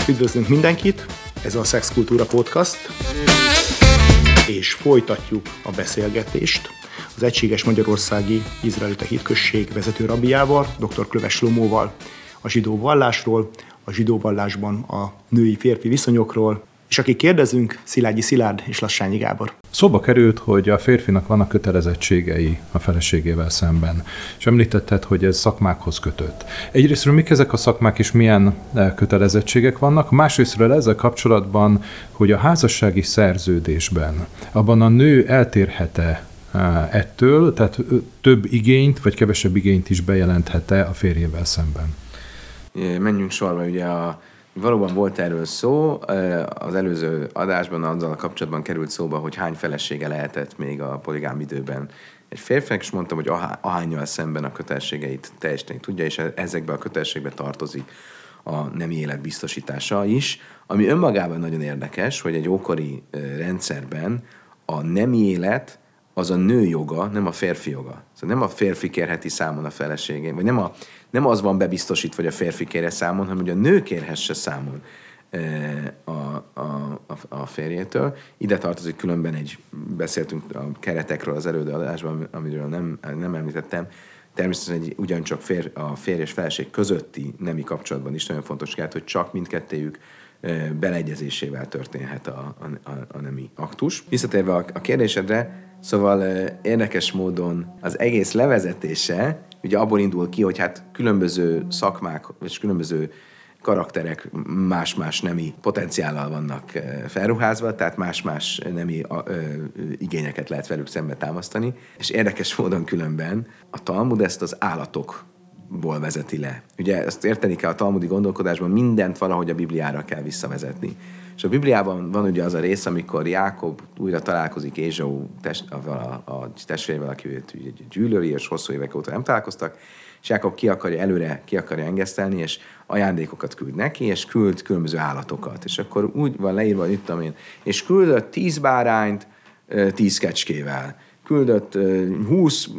Üdvözlünk mindenkit, ez a Szexkultúra Podcast, és folytatjuk a beszélgetést az Egységes Magyarországi Izraelita Hitközség vezető rabbiával, dr. Klöves Slomóval, a zsidó vallásról, a zsidó vallásban a női-férfi viszonyokról, és akik kérdezünk, Szilágyi Szilárd és Lassányi Gábor. Szóba került, hogy a férfinak vannak kötelezettségei a feleségével szemben, és említetted, hogy ez szakmákhoz kötött. Egyrésztről mik ezek a szakmák, és milyen kötelezettségek vannak, másrésztről ezzel kapcsolatban, hogy a házassági szerződésben abban a nő eltérhet-e ettől, tehát több igényt, vagy kevesebb igényt is bejelenthet-e a férjével szemben? Menjünk sorba, ugye valóban volt erről szó, az előző adásban azzal a kapcsolatban került szóba, hogy hány felesége lehetett még a poligám időben egy férfinek, és mondtam, hogy ahánnyal szemben a kötelességeit teljesíteni tudja, és ezekbe a kötelességbe tartozik a nemi élet biztosítása is, ami önmagában nagyon érdekes, hogy egy ókori rendszerben a nemi élet az a nő joga, nem a férfi joga. Szóval nem a férfi kérheti számon a feleségén, vagy nem az van bebiztosítva, hogy a férfi kérje számon, hanem hogy a nő kérhesse számon a férjétől. Ide tartozik különben beszéltünk a keretekről az előző adásban, amiről nem említettem, természetesen ugyancsak a férj és feleség közötti nemi kapcsolatban is nagyon fontos lehet, hogy csak mindkettőjük beleegyezésével történhet a nemi aktus. Visszatérve a kérdésedre, szóval érdekes módon az egész levezetése ugye abból indul ki, hogy hát különböző szakmák és különböző karakterek más-más nemi potenciállal vannak felruházva, tehát más-más nemi igényeket lehet velük szembe támasztani, és érdekes módon különben a Talmud ezt az állatokból vezeti le. Ugye ezt érteni kell a talmudi gondolkodásban, mindent valahogy a Bibliára kell visszavezetni. És a Bibliában van ugye az a rész, amikor Jákob újra találkozik Ézsau a testvérével, aki őt gyűlöli, és hosszú évek óta nem találkoztak, és Jákob ki akarja engesztelni, és ajándékokat küld neki, és küld különböző állatokat. És akkor úgy van leírva, hogy itt és küldött 10 bárányt 10 kecskével, küldött 20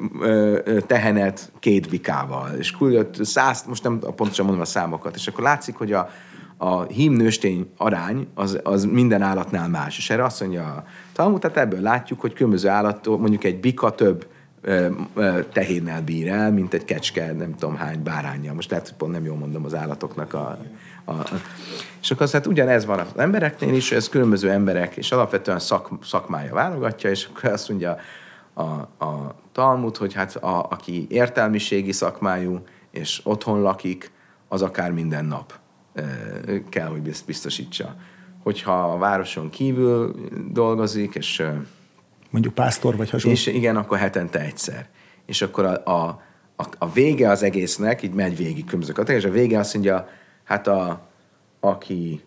tehenet 2 bikával, és küldött 100, most nem pontosan mondom a számokat, és akkor látszik, hogy a hím-nőstény arány az minden állatnál más. És erre azt mondja a Talmud, tehát ebből látjuk, hogy különböző állattól, mondjuk egy bika több tehénnel bír el, mint egy kecske, nem tudom hány báránnyal. Most lehet, hogy pont nem jól mondom az állatoknak És akkor hát ugyanez van az embereknél is, ez különböző emberek, és alapvetően szakmája válogatja, és akkor azt mondja a Talmud, hogy hát aki értelmiségi szakmájú, és otthon lakik, az akár minden nap kell, hogy biztosítsa. Hogyha a városon kívül dolgozik, és mondjuk pásztor vagy hasonló. És igen, akkor hetente egyszer. És akkor a vége az egésznek, így megy végig különböző kategóriák, és a vége azt mondja, hát aki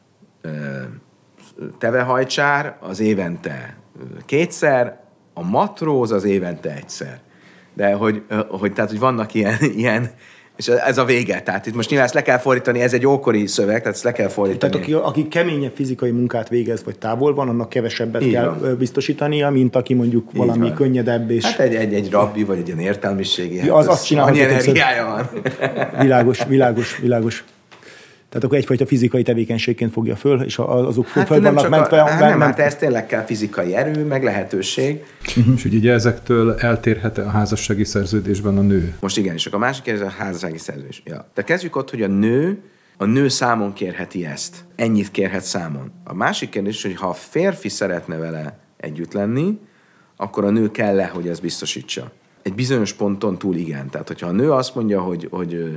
tevehajcsár, az évente 2-szer, a matróz az évente 1-szer. De hogy vannak ilyen és ez a vége. Tehát itt most nyilván ezt le kell fordítani, ez egy ókori szöveg, tehát ezt le kell fordítani. Tehát aki keményebb fizikai munkát végez, vagy távol van, annak kevesebbet kell biztosítania, mint aki mondjuk valami könnyedebb. És hát egy rabbi, vagy egy ilyen értelmiségi. Azt csinál, annyi energiája van. Világos. Tehát akkor egyfajta fizikai tevékenységként fogja föl, és azok föl vannak mentve. Hát ez tényleg kell fizikai erő, meg lehetőség. És ugye ezektől eltérhet a házassági szerződésben a nő? Most igen, és akkor a másik kérdés a házassági szerződés. Ja. De kezdjük ott, hogy a nő számon kérheti ezt. Ennyit kérhet számon. A másik kérdés, hogy ha a férfi szeretne vele együtt lenni, akkor a nő kell-e, hogy ezt biztosítsa. Egy bizonyos ponton túl igen. Tehát, hogyha a nő azt mondja, hogy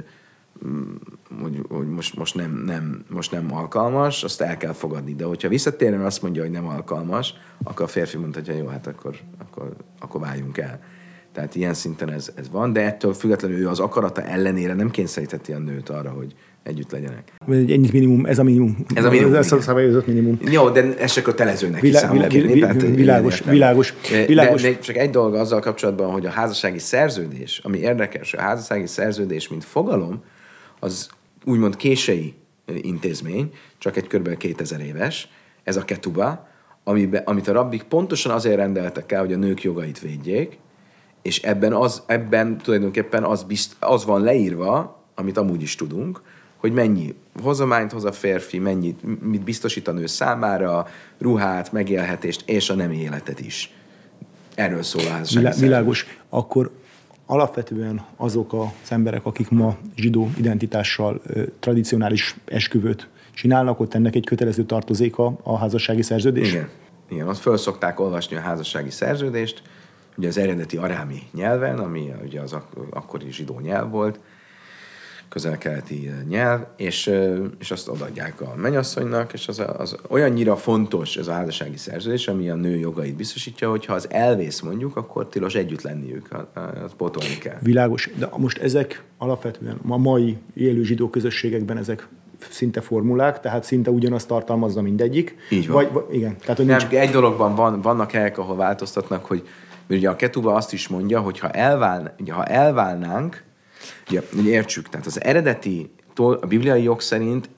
most nem alkalmas, azt el kell fogadni. De hogyha visszatérően azt mondja, hogy nem alkalmas, akkor a férfi mondta, hogy jó, hát akkor váljunk el. Tehát ilyen szinten ez van, de ettől függetlenül ő az akarata ellenére nem kényszerítheti a nőt arra, hogy együtt legyenek. Ennyit minimum, ez a minimum. Ez a szabályozott minimum. Jó, de ez se kötelező neki számon kérni. Világos. De csak egy dolog azzal kapcsolatban, hogy a házassági szerződés, ami érdekes, a házassági szerződés, mint fogalom, az úgymond kései intézmény, csak egy kb. 2000 éves, ez a ketuba, amit a rabbik pontosan azért rendeltek el, hogy a nők jogait védjék, és ebben tulajdonképpen az van leírva, amit amúgy is tudunk, hogy mennyi hozományt hoz a férfi, mit biztosít a nő számára, ruhát, megélhetést és a nemi életet is. Erről szól a házassági Világos. Akkor alapvetően azok az emberek, akik ma zsidó identitással tradicionális esküvőt csinálnak, ott ennek egy kötelező tartozéka a házassági szerződés? Igen, ott föl szokták olvasni a házassági szerződést, ugye az eredeti arámi nyelven, ami ugye az akkori zsidó nyelv volt, közel-keleti nyelv, és azt odaadják a mennyasszonynak, és az olyannyira fontos ez a házassági szerződés, ami a nő jogait biztosítja, hogyha az elvész mondjuk, akkor tilos együtt lenniük, azt pótolni kell. Világos, de most ezek alapvetően a mai élő zsidó közösségekben ezek szinte formulák, tehát szinte ugyanazt tartalmazza mindegyik. Így van. Igen. Tehát, hogy nem, egy dologban vannak helyek, ahol változtatnak, hogy ugye a Ketuba azt is mondja, hogy ha elválnánk, ugye értsük, tehát az eredeti, a bibliai jog szerint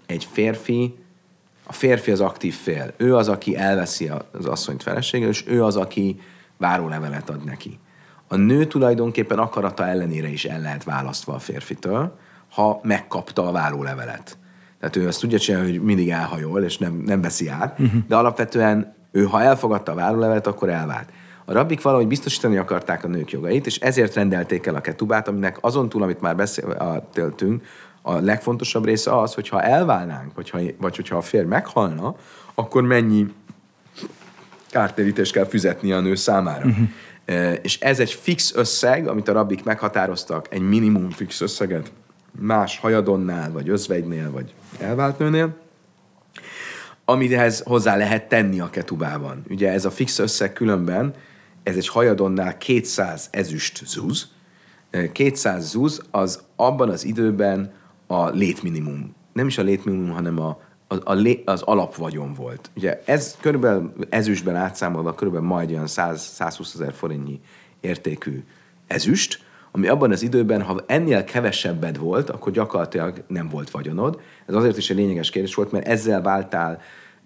a férfi az aktív fél. Ő az, aki elveszi az asszonyt feleségül, és ő az, aki várólevelet ad neki. A nő tulajdonképpen akarata ellenére is el lehet választva a férfitől, ha megkapta a várólevelet. Tehát ő azt tudja csinálni, hogy mindig elhajol, és nem veszi át, de alapvetően ő, ha elfogadta a várólevelet, akkor elvált. A rabbik valahogy biztosítani akarták a nők jogait, és ezért rendelték el a ketubát, aminek azon túl, amit már beszéltünk, a legfontosabb része az, hogyha elválnánk, vagy hogyha a férj meghalna, akkor mennyi kártérítést kell fizetnie a nő számára. És ez egy fix összeg, amit a rabbik meghatároztak, egy minimum fix összeget más hajadonnál, vagy özvegynél, vagy elvált nőnél, amihez hozzá lehet tenni a ketubában. Ugye ez a fix összeg különben, ez egy hajadonnál 200 ezüst zuz. 200 zuz az abban az időben a létminimum. Nem is a létminimum, hanem az alapvagyon volt. Ugye ez körülbelül ezüstben átszámolva körülbelül majd olyan 100-120 ezer forintnyi értékű ezüst, ami abban az időben, ha ennél kevesebbed volt, akkor gyakorlatilag nem volt vagyonod. Ez azért is egy lényeges kérdés volt, mert ezzel váltál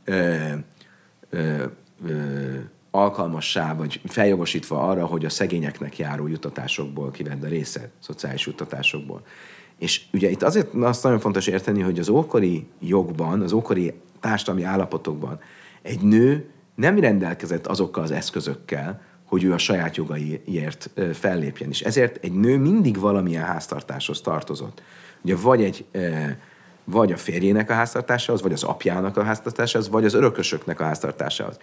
alkalmassá, vagy feljogosítva arra, hogy a szegényeknek járó juttatásokból kivedd a részed, szociális juttatásokból. És ugye itt azért azt nagyon fontos érteni, hogy az ókori jogban, az ókori társadalmi állapotokban egy nő nem rendelkezett azokkal az eszközökkel, hogy ő a saját jogaiért fellépjen. És ezért egy nő mindig valamilyen háztartáshoz tartozott. Ugye vagy a férjének a háztartásához, vagy az apjának a háztartásához, vagy az örökösöknek a háztartásához.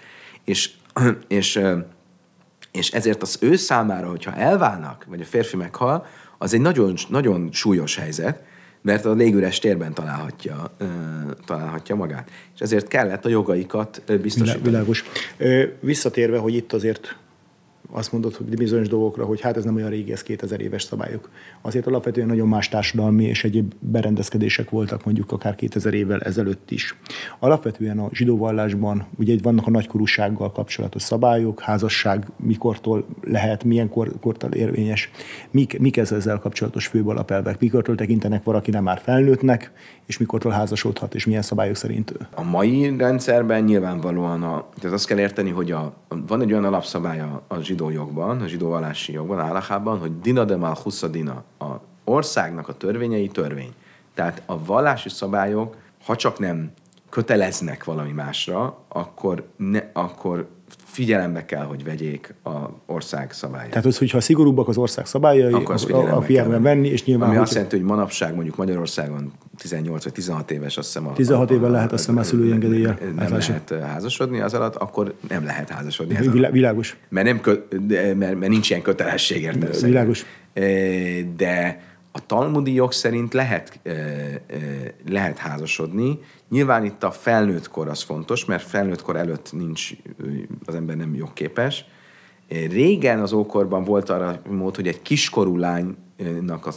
És ezért az ő számára, hogyha elválnak, vagy a férfi meghal, az egy nagyon, nagyon súlyos helyzet, mert a légüres térben találhatja magát. És ezért kellett a jogaikat biztosítani. Világos. Visszatérve, hogy itt azért azt mondod, hogy bizonyos dolgokra, hogy hát ez nem olyan régi, ez 2000 éves szabályok. Azért alapvetően nagyon más társadalmi és egyéb berendezkedések voltak mondjuk akár 2000 évvel ezelőtt is. Alapvetően a zsidó vallásban ugye vannak a nagykorúsággal kapcsolatos szabályok, házasság mikortól lehet, milyen kortól érvényes, mik ezzel kapcsolatos főbb alapelvek, mikortól tekintenek valaki már felnőttnek, és mikortól házasodhat, és milyen szabályok szerint. A mai rendszerben nyilvánvalóan tehát azt kell érteni, hogy van egy olyan alapszabály a zsidó jogban, a zsidó vallási jogban, álachában, hogy dina de malchusa dina. A országnak a törvényei törvény. Tehát a vallási szabályok, ha csak nem köteleznek valami másra, akkor figyelembe kell, hogy vegyék az ország szabályait. Tehát az, hogyha szigorúbbak az ország szabályai, akkor a figyelembe venni, és nyilván... Ami azt jelenti, hogy manapság mondjuk Magyarországon 18 vagy 16 éves, azt hiszem... 16 éven lehet, azt hiszem, a szülői engedéllyel. Nem lehet házasodni az alatt, akkor nem lehet házasodni. Világos. Mert nincs ilyen kötelesség értelme. Világos. De a talmudi jog szerint lehet házasodni. Nyilván itt a felnőtt kor az fontos, mert felnőtt kor előtt az ember nem jogképes. Régen az ókorban volt arra mód, hogy egy kiskorú lánynak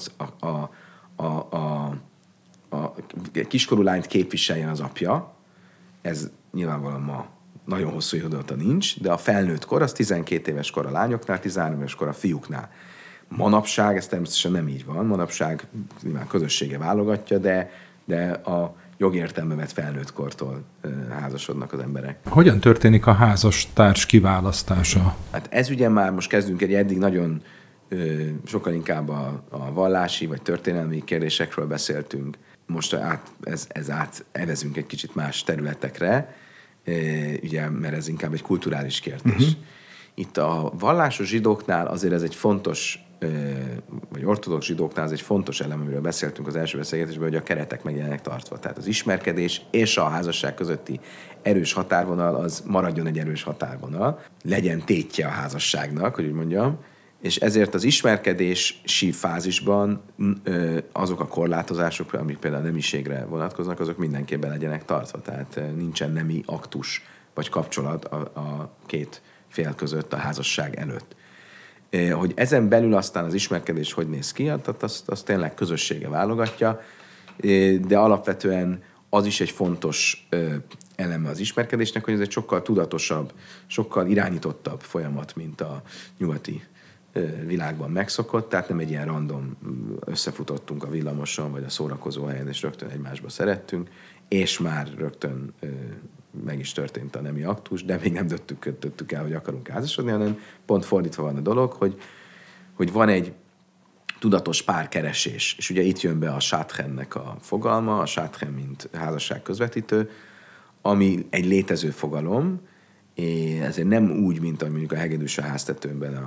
kiskorú lányt képviseljen az apja. Ez nyilvánvalóan ma nagyon hosszú idő óta nincs, de a felnőtt kor az 12 éves kor a lányoknál, 13 éves kor a fiúknál. Manapság ez természetesen nem így van. Manapság nyilván közössége válogatja, de a jogértelme vett felnőtt kortól házasodnak az emberek. Hogyan történik a házastárs kiválasztása? Hát ez ugye már most kezdünk eddig nagyon sokkal inkább a vallási vagy történelmi kérdésekről beszéltünk. most evezünk egy kicsit más területekre, ugye, mert ez inkább egy kulturális kérdés. Itt a vallásos zsidóknál azért ez egy fontos, vagy ortodox zsidóknál ez egy fontos elem, amiről beszéltünk az első beszélgetésben, hogy a keretek megjelennek tartva. Tehát az ismerkedés és a házasság közötti erős határvonal, az maradjon egy erős határvonal, legyen tétje a házasságnak, hogy úgy mondjam, és ezért az ismerkedési fázisban azok a korlátozások, amik például a nemiségre vonatkoznak, azok mindenképpen legyenek tartva. Tehát nincsen nemi aktus vagy kapcsolat a két fél között a házasság előtt. Hogy ezen belül aztán az ismerkedés hogy néz ki, azt tényleg közössége válogatja, de alapvetően az is egy fontos eleme az ismerkedésnek, hogy ez egy sokkal tudatosabb, sokkal irányítottabb folyamat, mint a nyugati világban megszokott, tehát nem egy ilyen random összefutottunk a villamoson, vagy a szórakozó helyen, és rögtön egymásba szerettünk, és már rögtön meg is történt a nemi aktus, de még nem döntöttük el, hogy akarunk házasodni, hanem pont fordítva van a dolog, hogy van egy tudatos párkeresés, és ugye itt jön be a sátrennek a fogalma, a sátren, mint házasság közvetítő, ami egy létező fogalom, ezért nem úgy, mint ahogy mondjuk a hegedűs a háztetőben,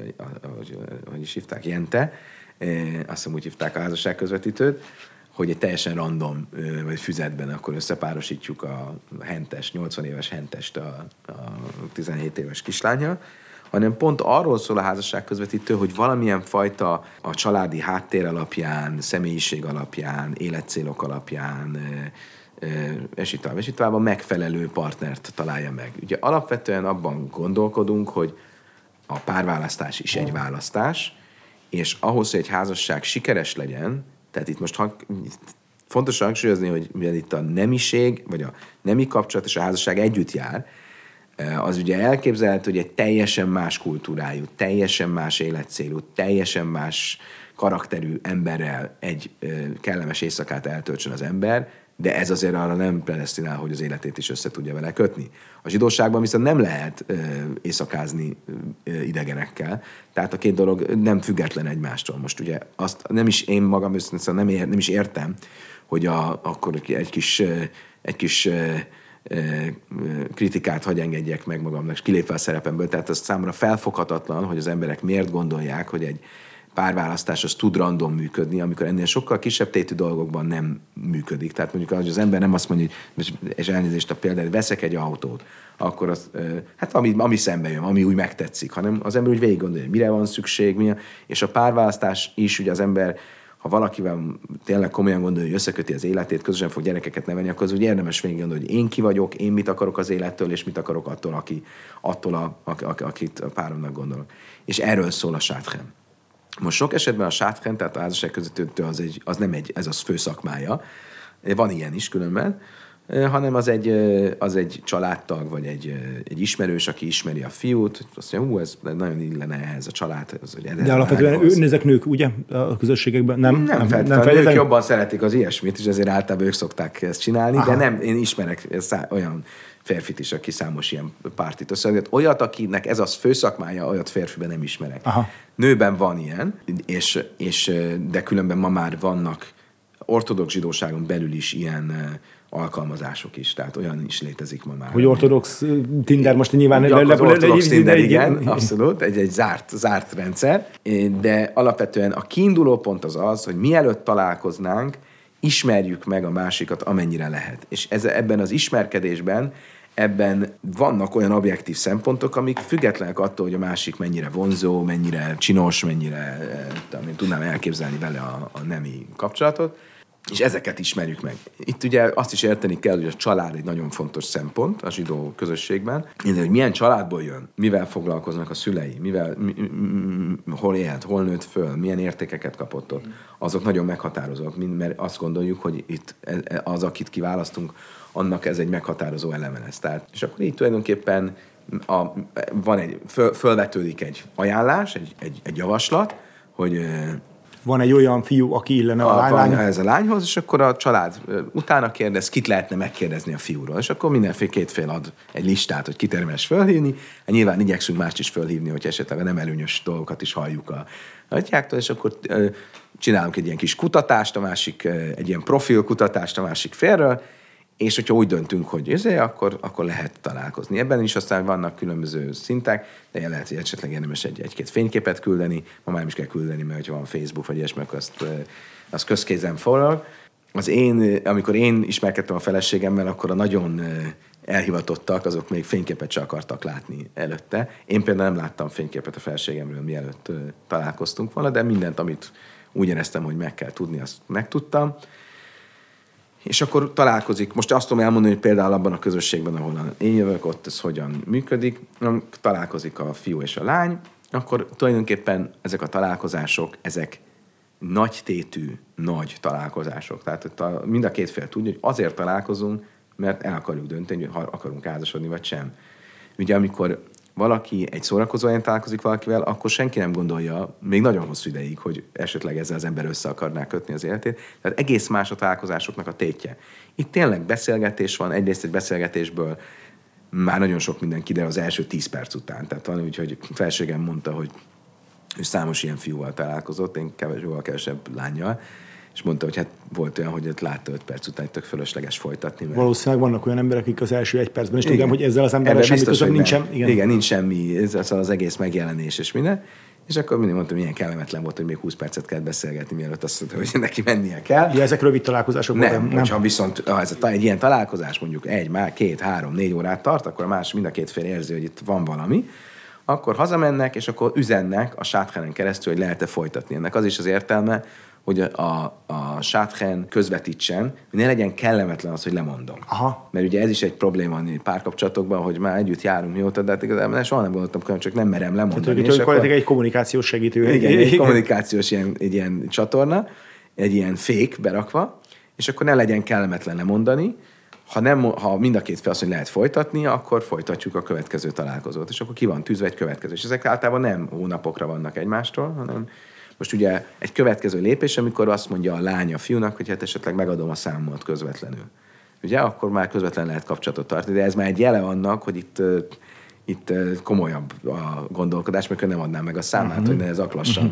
hogy is hívták, Jente, azt hiszem úgy hívták a házasság közvetítőt, hogy egy teljesen random, vagy füzetben akkor összepárosítjuk a hentes, 80 éves hentest a 17 éves kislánya, hanem pont arról szól a házasság közvetítő, hogy valamilyen fajta a családi háttér alapján, személyiség alapján, életcélok alapján, és itt megfelelő partnert találja meg. Ugye alapvetően abban gondolkodunk, hogy a párválasztás is egy választás, és ahhoz, hogy egy házasság sikeres legyen, tehát itt most fontos hangsúlyozni, hogy mivel itt a nemiség, vagy a nemi kapcsolat és a házasság együtt jár, az ugye elképzelhető, hogy egy teljesen más kultúrájú, teljesen más életcélú, teljesen más karakterű emberrel egy kellemes éjszakát eltöltsön az ember, de ez azért arra nem predesztinál, hogy az életét is össze tudja vele kötni. A zsidóságban viszont nem lehet éjszakázni idegenekkel, tehát a két dolog nem független egymástól. Most ugye azt nem is én magam őszintén nem is értem, hogy akkor egy kis kritikát hagy engedjek meg magamnak, és kilépve a szerepemből. Tehát az számomra felfoghatatlan, hogy az emberek miért gondolják, hogy egy párválasztás az tud random működni, amikor ennél sokkal kisebb tétű dolgokban nem működik. Tehát mondjuk az ember nem azt mondja, és elnézést a példát, veszek egy autót, akkor az, hát ami szembe jön, ami úgy megtetszik, hanem az ember úgy végig gondolja, hogy mire van szükség, és a párválasztás is, ugye az ember, ha valakivel tényleg komolyan gondolja, hogy összeköti az életét, közösen fog gyerekeket nevelni, akkor az úgy érdemes végig gondolni, hogy én ki vagyok, én mit akarok az élettől, és mit akarok attól, akit a páromnak gondolok. És erről szól a sátren. Most sok esetben a sátren, tehát a házasság közvetítő ez az fő szakmája, van ilyen is különben, hanem az egy családtag, vagy egy ismerős, aki ismeri a fiút, azt mondja, ez nagyon illene ehhez a családhoz. De alapvetően ezek nők, ugye, a közösségekben? Nem feltétlenül. Nők jobban szeretik az ilyesmit, és ezért általában ők szokták ezt csinálni, de nem, én ismerek olyan férfit is, aki számos ilyen pártit összeadott. Olyat, akinek ez az főszakmája, olyat férfiben nem ismerek. Aha. Nőben van ilyen, de különben ma már vannak ortodox zsidóságon belül is ilyen alkalmazások is, tehát olyan is létezik ma már. Hogy ortodox Tinder most nyilván... Az ortodox Tinder, igen, abszolút, egy zárt rendszer, de alapvetően a kiinduló pont az, hogy mielőtt találkoznánk, ismerjük meg a másikat, amennyire lehet. És ebben az ismerkedésben vannak olyan objektív szempontok, amik függetlenek attól, hogy a másik mennyire vonzó, mennyire csinos, mennyire tudnám elképzelni vele a nemi kapcsolatot, és ezeket ismerjük meg. Itt ugye azt is érteni kell, hogy a család egy nagyon fontos szempont a zsidó közösségben, hogy milyen családból jön, mivel foglalkoznak a szülei, hol élt, hol nőtt föl, milyen értékeket kapott ott, azok nagyon meghatározók, mert azt gondoljuk, hogy itt az, akit kiválasztunk, annak ez egy meghatározó eleme lesz. Tehát, és akkor így tulajdonképpen fölvetődik egy ajánlás, egy javaslat, hogy van egy olyan fiú, aki illene a lány. Ez a lányhoz, és akkor a család utána kérdez, kit lehetne megkérdezni a fiúról. És akkor két fél ad egy listát, hogy kit érdemes fölhívni. Nyilván igyekszünk mást is fölhívni, hogy esetleg nem előnyös dolgokat is halljuk a atyáktól, és akkor csinálunk egy ilyen kis kutatást, egy ilyen profilkutatást a másik félről, és hogyha úgy döntünk, hogy akkor lehet találkozni. Ebben is aztán vannak különböző szintek, de lehet, hogy esetleg érdemes egy-két fényképet küldeni, ma már nem is kell küldeni, mert ha van Facebook vagy ilyesmi, akkor azt közkézen forog. Amikor én ismerkedtem a feleségemmel, akkor a nagyon elhivatottak, azok még fényképet sem akartak látni előtte. Én például nem láttam fényképet a feleségemről, mielőtt találkoztunk volna, de mindent, amit úgy éreztem, hogy meg kell tudni, azt megtudtam. És akkor találkozik, most azt tudom elmondani, hogy például abban a közösségben, ahol én jövök, ott ez hogyan működik, találkozik a fiú és a lány, akkor tulajdonképpen ezek a találkozások, ezek nagy tétű, nagy találkozások. Tehát mind a két fél tudja, hogy azért találkozunk, mert el akarjuk dönteni, hogy akarunk házasodni, vagy sem. Ugye amikor valaki egy szórakozóan találkozik valakivel, akkor senki nem gondolja még nagyon hosszú ideig, hogy esetleg ezzel az ember össze akarná kötni az életét. Tehát egész más a találkozásoknak a tétje. Itt tényleg beszélgetés van, egyrészt egy beszélgetésből már nagyon sok minden kiderül az első 10 perc után. Tehát van úgy, hogy felségem mondta, hogy ő számos ilyen fiúval találkozott, én jóval kevesebb lánnyal, és mondta, hogy hát volt olyan, hogy látta 5 perc után tök fölösleges folytatni. Mert... Valószínűleg vannak olyan emberek, akik az első 1 percben is tudják, hogy ezzel az emberrel semmi közben nincsen. Igen, nincs semmi, ez az egész megjelenés és minden. És akkor mindig mondtam, milyen kellemetlen volt, hogy még 20 percet kell beszélgetni, mielőtt azt mondta, hogy neki mennie kell. Ja, ezek rövid találkozások nem. Hogyha viszont egy ilyen találkozás mondjuk 1, 2, 3, 4 órát tart, akkor mind a két fél érzi, hogy itt van valami, akkor hazamennek, és akkor üzennek a sáthenen keresztül, hogy lehet-e folytatni. Ennek az is az értelme, hogy a sáthen közvetítsen, hogy ne legyen kellemetlen az, hogy lemondom. Aha. Mert ugye ez is egy probléma a párkapcsolatokban, hogy már együtt járunk mióta, de hát igazából soha nem gondoltam, csak nem merem lemondani. Tehát, hogy egy kommunikációs segítő. Igen, egy kommunikációs egy ilyen csatorna, egy ilyen fék berakva, és akkor ne legyen kellemetlen lemondani. Ha mind a két fél azt, hogy lehet folytatni, akkor folytatjuk a következő találkozót, és akkor ki van tűzve egy következő. És ezek általában nem hónapokra vannak egymástól, hanem most ugye egy következő lépés, amikor azt mondja a lány a fiúnak, hogy hát esetleg megadom a számomat közvetlenül. Ugye, akkor már közvetlen lehet kapcsolatot tartani, de ez már egy jele annak, hogy itt komolyabb a gondolkodás, mert nem adnám meg a számát, hogy ne ez aklassan.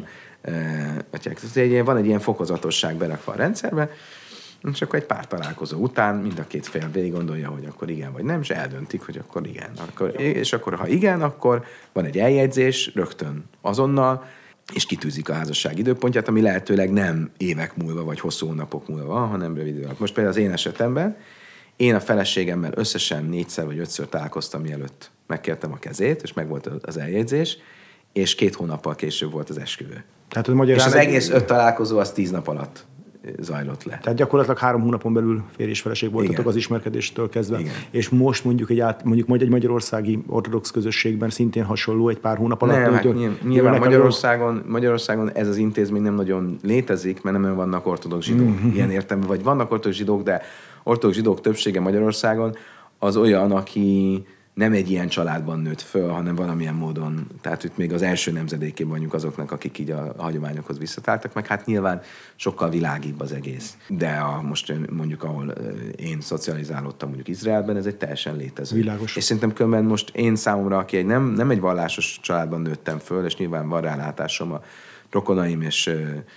Van egy ilyen fokozatosság berakva a rendszerbe, és akkor egy pár találkozó után mind a két fél végig gondolja, hogy akkor igen vagy nem, és eldöntik, hogy akkor igen. És akkor ha igen, akkor van egy eljegyzés rögtön azonnal, és kitűzik a házasság időpontját, ami lehetőleg nem évek múlva, vagy hosszú hónapok múlva van, hanem rövid idő. Most például az én esetemben, én a feleségemmel összesen 4-szer vagy 5-ször találkoztam, mielőtt megkértem a kezét, és meg volt az eljegyzés, és 2 hónappal később volt az esküvő. Tehát, és az egész 5 találkozó az 10 nap alatt zajlott le. Tehát gyakorlatilag 3 hónapon belül férj és feleség voltatok az ismerkedéstől kezdve. Igen. És most mondjuk egy magyarországi ortodox közösségben szintén hasonló egy pár hónap alatt. Nem, hát nyilván Magyarországon ez az intézmény nem nagyon létezik, mert nem vannak ortodox zsidók. Ilyen értelemben, vagy vannak ortodox zsidók, de ortodox zsidók többsége Magyarországon az olyan, aki nem egy ilyen családban nőtt föl, hanem valamilyen módon, tehát itt még az első nemzedékében vagyunk azoknak, akik így a hagyományokhoz visszatáltak, meg hát nyilván sokkal világibb az egész. De most mondjuk, ahol én szocializálódtam mondjuk Izraelben, ez egy teljesen létező. Világos. És szerintem különben most én számomra, aki nem egy vallásos családban nőttem föl, és nyilván van rálátásom a rokonaim és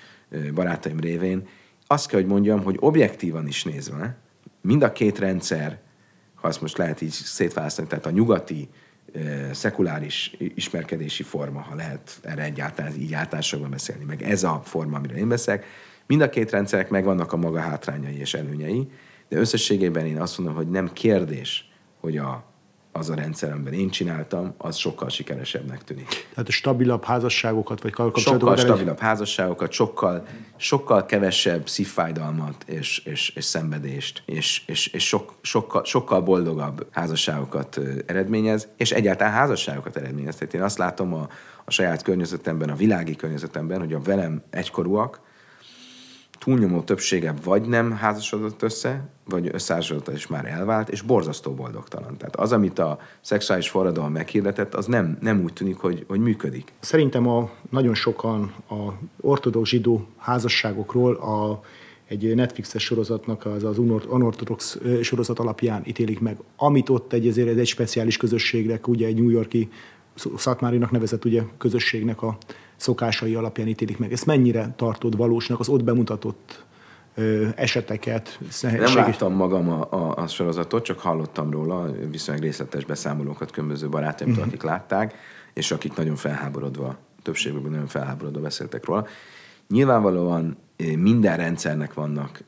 barátaim révén, azt kell, hogy mondjam, hogy objektívan is nézve, mind a két rendszer, ha azt most lehet így szétválasztani, tehát a nyugati, szekuláris ismerkedési forma, ha lehet erre egyáltalán így általánosságban beszélni, meg ez a forma, amiről én beszélek, mind a két rendszerek megvannak a maga hátrányai és előnyei, de összességében én azt mondom, hogy nem kérdés, hogy az a rendszer, amiben én csináltam, az sokkal sikeresebbnek tűnik. Tehát a stabilabb házasságokat, vagy kapcsolatokat? Sokkal stabilabb házasságokat, sokkal kevesebb szívfájdalmat és szenvedést, és sokkal boldogabb házasságokat eredményez, és egyáltalán házasságokat eredményez. Tehát én azt látom a saját környezetemben, a világi környezetemben, hogy a velem egykorúak túlnyomó többsége vagy nem házasodott össze, vagy összeházasodott, és már elvált, és borzasztó boldogtalan. Tehát az, amit a szexuális forradalom meghirdetett, az nem úgy tűnik, hogy működik. Szerintem nagyon sokan a ortodox zsidó házasságokról egy Netflixes sorozatnak, az unortodox sorozat alapján ítélik meg. Amit ott ezért egy speciális közösségnek, ugye egy New York-i Szatmárinak nevezett ugye, közösségnek a szokásai alapján ítélik meg. Ezt mennyire tartod valósnak, az ott bemutatott eseteket? Nem láttam magam a sorozatot, csak hallottam róla, viszonylag részletes beszámolókat különböző barátaimtól, akik látták, és akik nagyon felháborodva, többségükben nagyon felháborodva beszéltek róla. Nyilvánvalóan minden rendszernek vannak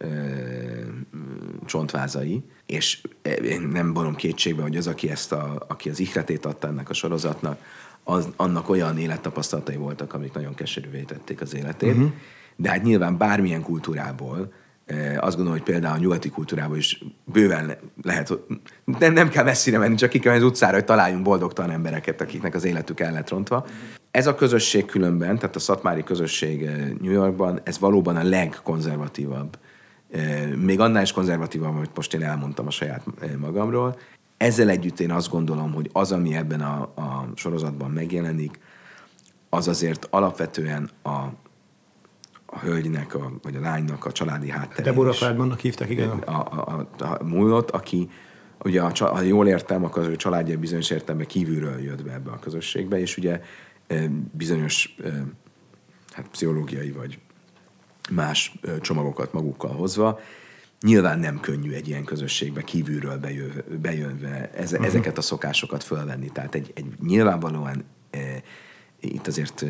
csontvázai, és én nem vonom kétségbe, hogy az, aki az ihletét adta ennek a sorozatnak, annak olyan élettapasztalatai voltak, amik nagyon keserűvé tették az életét. De hát nyilván bármilyen kultúrából, azt gondolom, hogy például a nyugati kultúrából is bőven lehet, de nem kell messzire menni, csak ki kell az utcára, hogy találjunk boldogtalan embereket, akiknek az életük el lett rontva. Ez a közösség különben, tehát a szatmári közösség New Yorkban, ez valóban a legkonzervatívabb, még annál is konzervatívabb, amit most én elmondtam a saját magamról. Ezzel együtt én azt gondolom, hogy az, ami ebben a sorozatban megjelenik, az azért alapvetően a hölgynek, vagy a lánynak a családi hátterén. Deborah Feldmannak hívták, igen. A múlott, aki, ugye, ha jól értem, akkor a családja bizonyos értelemben kívülről jött be ebbe a közösségbe, és ugye bizonyos pszichológiai vagy más csomagokat magukkal hozva, nyilván nem könnyű egy ilyen közösségbe kívülről bejönve ezeket a szokásokat fölvenni. Tehát egy nyilvánvalóan itt azért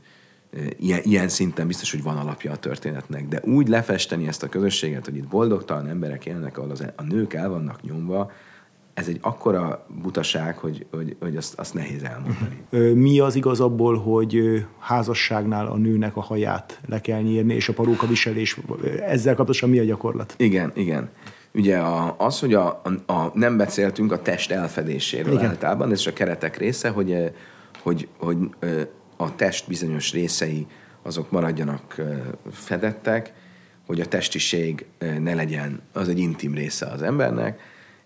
ilyen szinten biztos, hogy van alapja a történetnek, de úgy lefesteni ezt a közösséget, hogy itt boldogtalan emberek élnek, ahol a nők el vannak nyomva, ez egy akkora butaság, hogy azt nehéz elmondani. Mi az igaz abból, hogy házasságnál a nőnek a haját le kell nyírni, és a parókaviselés, ezzel kapcsolatban mi a gyakorlat? Igen. Ugye az, hogy nem beszéltünk a test elfedéséről igen. Általában, ez is a keretek része, hogy a test bizonyos részei azok maradjanak fedettek, hogy a testiség ne legyen, az egy intim része az embernek,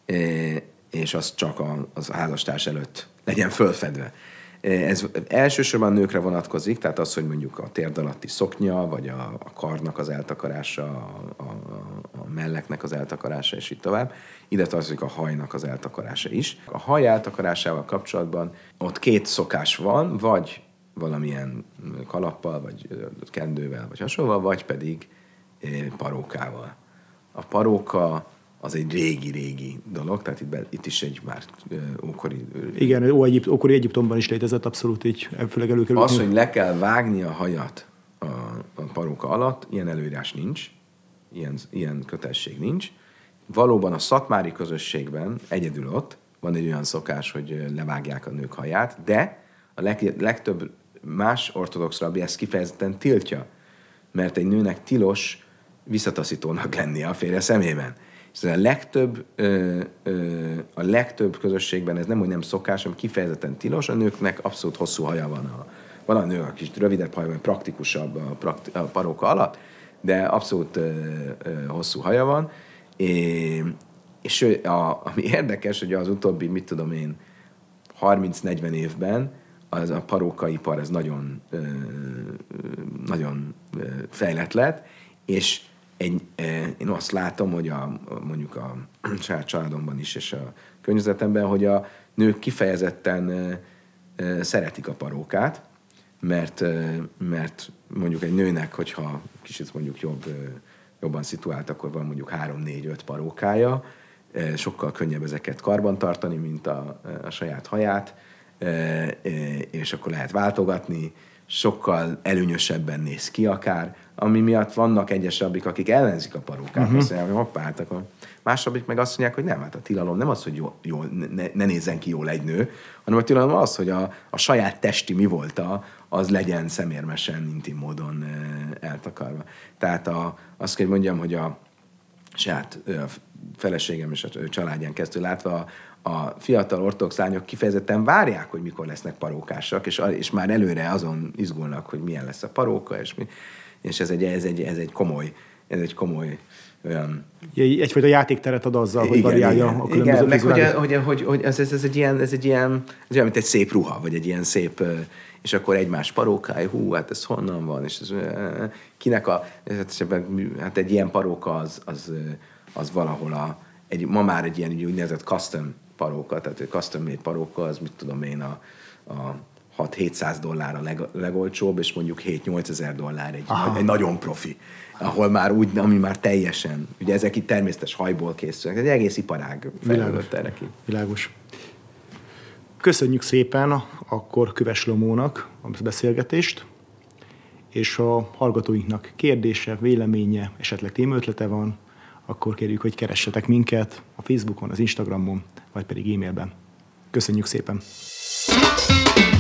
és az csak az házastárs előtt legyen fölfedve. Ez elsősorban nőkre vonatkozik, tehát az, hogy mondjuk a térd alatti szoknya, vagy a karnak az eltakarása, a melleknek az eltakarása, és így tovább. Ide tartozik a hajnak az eltakarása is. A haj eltakarásával kapcsolatban ott két szokás van, vagy valamilyen kalappal, vagy kendővel, vagy hasonlóval, vagy pedig parókával. A paróka az egy régi dolog, tehát itt is egy már ókori... Igen, ókori Egyiptomban is létezett abszolút így, főleg előkerült. Az, hogy le kell vágni a hajat a paróka alatt, ilyen előírás nincs, ilyen kötelesség nincs. Valóban a szatmári közösségben, egyedül ott, van egy olyan szokás, hogy levágják a nők haját, de a legtöbb más ortodox rabbi ezt kifejezetten tiltja, mert egy nőnek tilos visszataszítónak lennie a férje szemében. És a legtöbb közösségben ez nem szokás, hanem kifejezetten tilos, a nőknek abszolút hosszú haja van. Van a nő, a kis rövidebb haja, praktikusabb a paróka alatt, de abszolút hosszú haja van. És ami érdekes, hogy az utóbbi, 30-40 évben az a parókaipar ez nagyon fejlett lett, és én azt látom, hogy mondjuk a saját családomban is, és a környezetemben, hogy a nők kifejezetten szeretik a parókát, mert mondjuk egy nőnek, hogyha kicsit mondjuk jobban szituált, akkor van mondjuk 3-4-5 parókája, sokkal könnyebb ezeket karban tartani, mint a saját haját, és akkor lehet váltogatni, sokkal előnyösebben néz ki akár, ami miatt vannak egyes rabbik, akik ellenzik a parókát, azt mondják, hogy hoppá, hát akkor más rabbik meg azt mondják, hogy nem, hát a tilalom nem az, hogy jól, ne nézzen ki jól egy nő, hanem a tilalom az, hogy a saját testi mi volta, az legyen szemérmesen, intim módon eltakarva. Tehát azt kell mondjam, hogy a saját feleségem és a családján keresztül látva a fiatal ortodox lányok kifejezetten várják, hogy mikor lesznek parókásak, és már előre azon izgulnak, hogy milyen lesz a paróka, és ez egy komoly olyan... Egyfajta játékteret ad azzal, hogy variálja a különböző fizulákat. Meg hogy ez egy ilyen, mint egy szép ruha, vagy egy ilyen szép, és akkor egymás parókája, hát ez honnan van, és ez, kinek hát egy ilyen paróka az valahol ma már egy ilyen úgynevezett custom paróka, tehát egy custom made paróka, az mit tudom én a $600-700 a legolcsóbb, és mondjuk $7-8 egy nagyon profi, ahol már ami már teljesen, ugye ezek itt természetes hajból készülnek, egy egész iparág fejlődött erre ki. Világos. Köszönjük szépen akkor Köves Lomónak a beszélgetést, és a hallgatóinknak kérdése, véleménye, esetleg témaötlete van, akkor kérjük, hogy keressetek minket a Facebookon, az Instagramon, vagy pedig e-mailben. Köszönjük szépen!